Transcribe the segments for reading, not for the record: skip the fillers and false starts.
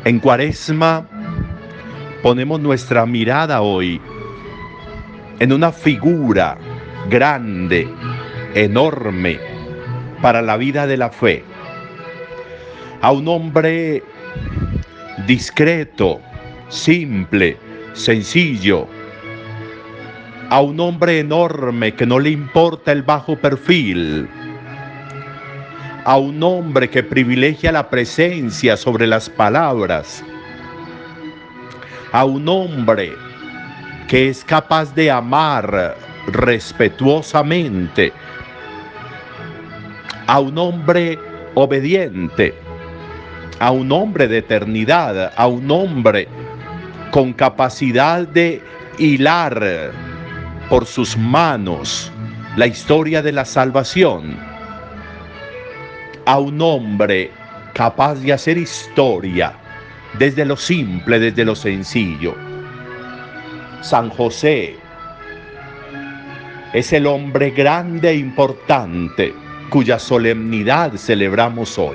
En Cuaresma ponemos nuestra mirada hoy en una figura grande, enorme para la vida de la fe, a un hombre discreto, simple, sencillo, a un hombre enorme que no le importa el bajo perfil, a un hombre que privilegia la presencia sobre las palabras, a un hombre que es capaz de amar respetuosamente, a un hombre obediente, a un hombre de eternidad, a un hombre con capacidad de hilar por sus manos la historia de la salvación, a un hombre capaz de hacer historia desde lo simple, desde lo sencillo. San José es el hombre grande e importante cuya solemnidad celebramos hoy.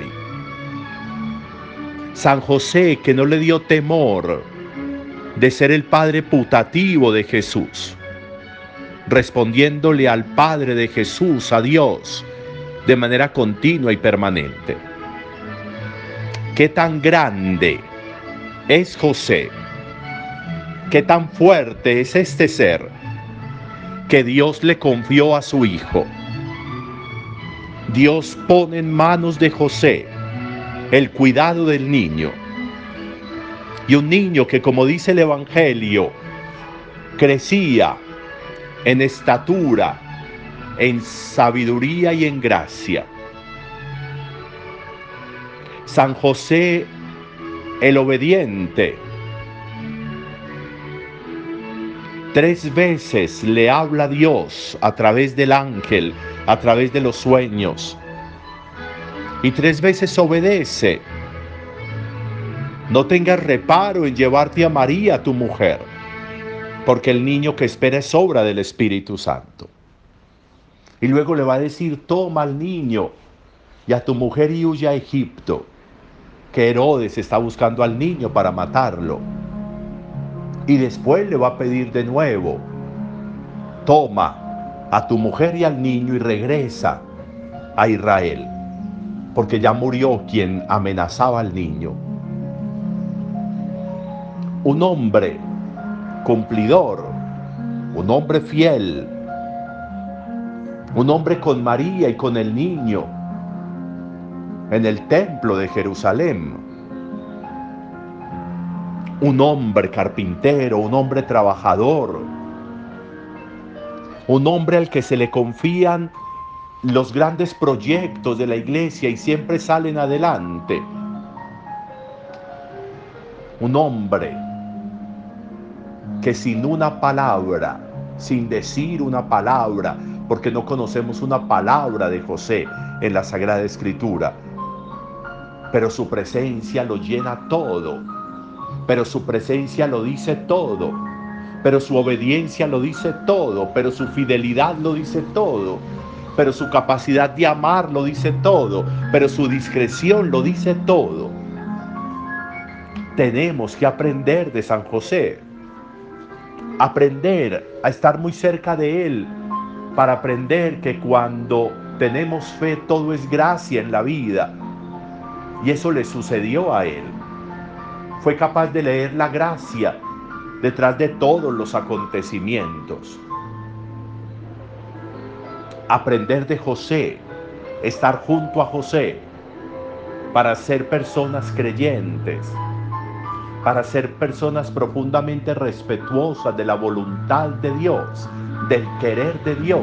San José, que no le dio temor de ser el padre putativo de Jesús, respondiéndole al Padre de Jesús, a Dios, de manera continua y permanente. ¿Qué tan grande es José? ¿Qué tan fuerte es este ser que Dios le confió a su hijo? Dios pone en manos de José el cuidado del niño. Y un niño que, como dice el Evangelio, crecía en estatura, en sabiduría y en gracia. San José, el obediente, 3 veces le habla a Dios a través del ángel, a través de los sueños, y 3 veces obedece. No tengas reparo en llevarte a María, tu mujer, porque el niño que espera es obra del Espíritu Santo. Y luego le va a decir: toma al niño y a tu mujer y huye a Egipto, que Herodes está buscando al niño para matarlo. Y después le va a pedir de nuevo: toma a tu mujer y al niño y regresa a Israel, porque ya murió quien amenazaba al niño. Un hombre cumplidor, un hombre fiel, un hombre con María y con el niño en el templo de Jerusalén. Un hombre carpintero, un hombre trabajador, un hombre al que se le confían los grandes proyectos de la iglesia y siempre salen adelante. Un hombre que sin una palabra, sin decir una palabra, porque no conocemos una palabra de José en la Sagrada Escritura, pero su presencia lo llena todo, pero su presencia lo dice todo, pero su obediencia lo dice todo, pero su fidelidad lo dice todo, pero su capacidad de amar lo dice todo, pero su discreción lo dice todo. Tenemos que aprender de San José, aprender a estar muy cerca de él, para aprender que cuando tenemos fe todo es gracia en la vida. Y eso le sucedió a él. Fue capaz de leer la gracia detrás de todos los acontecimientos. Aprender de José, estar junto a José para ser personas creyentes, para ser personas profundamente respetuosas de la voluntad de Dios, del querer de Dios.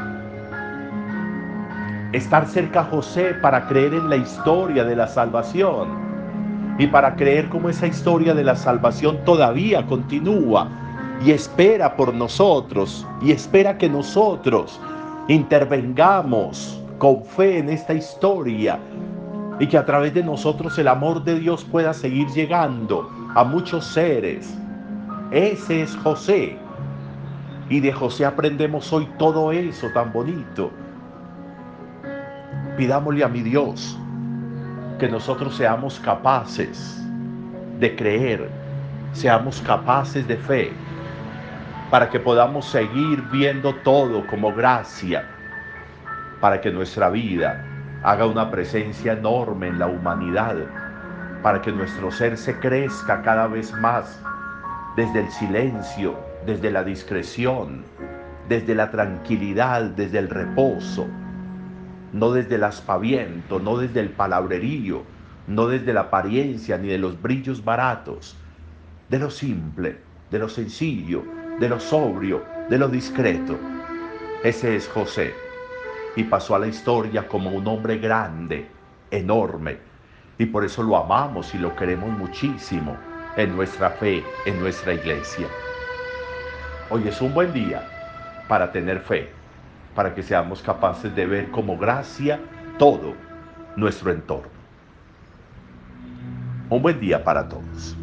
Estar cerca a José para creer en la historia de la salvación y para creer cómo esa historia de la salvación todavía continúa y espera por nosotros y espera que nosotros intervengamos con fe en esta historia y que a través de nosotros el amor de Dios pueda seguir llegando a muchos seres. Ese es José, y de José aprendemos hoy todo eso tan bonito. Pidámosle a mi Dios que nosotros seamos capaces de creer, seamos capaces de fe, para que podamos seguir viendo todo como gracia, para que nuestra vida haga una presencia enorme en la humanidad, para que nuestro ser se crezca cada vez más desde el silencio, desde la discreción, desde la tranquilidad, desde el reposo, no desde el aspaviento, no desde el palabrerío, no desde la apariencia ni de los brillos baratos, de lo simple, de lo sencillo, de lo sobrio, de lo discreto. Ese es José, y pasó a la historia como un hombre grande, enorme, y por eso lo amamos y lo queremos muchísimo en nuestra fe, en nuestra iglesia. Hoy es un buen día para tener fe, para que seamos capaces de ver como gracia todo nuestro entorno. Un buen día para todos.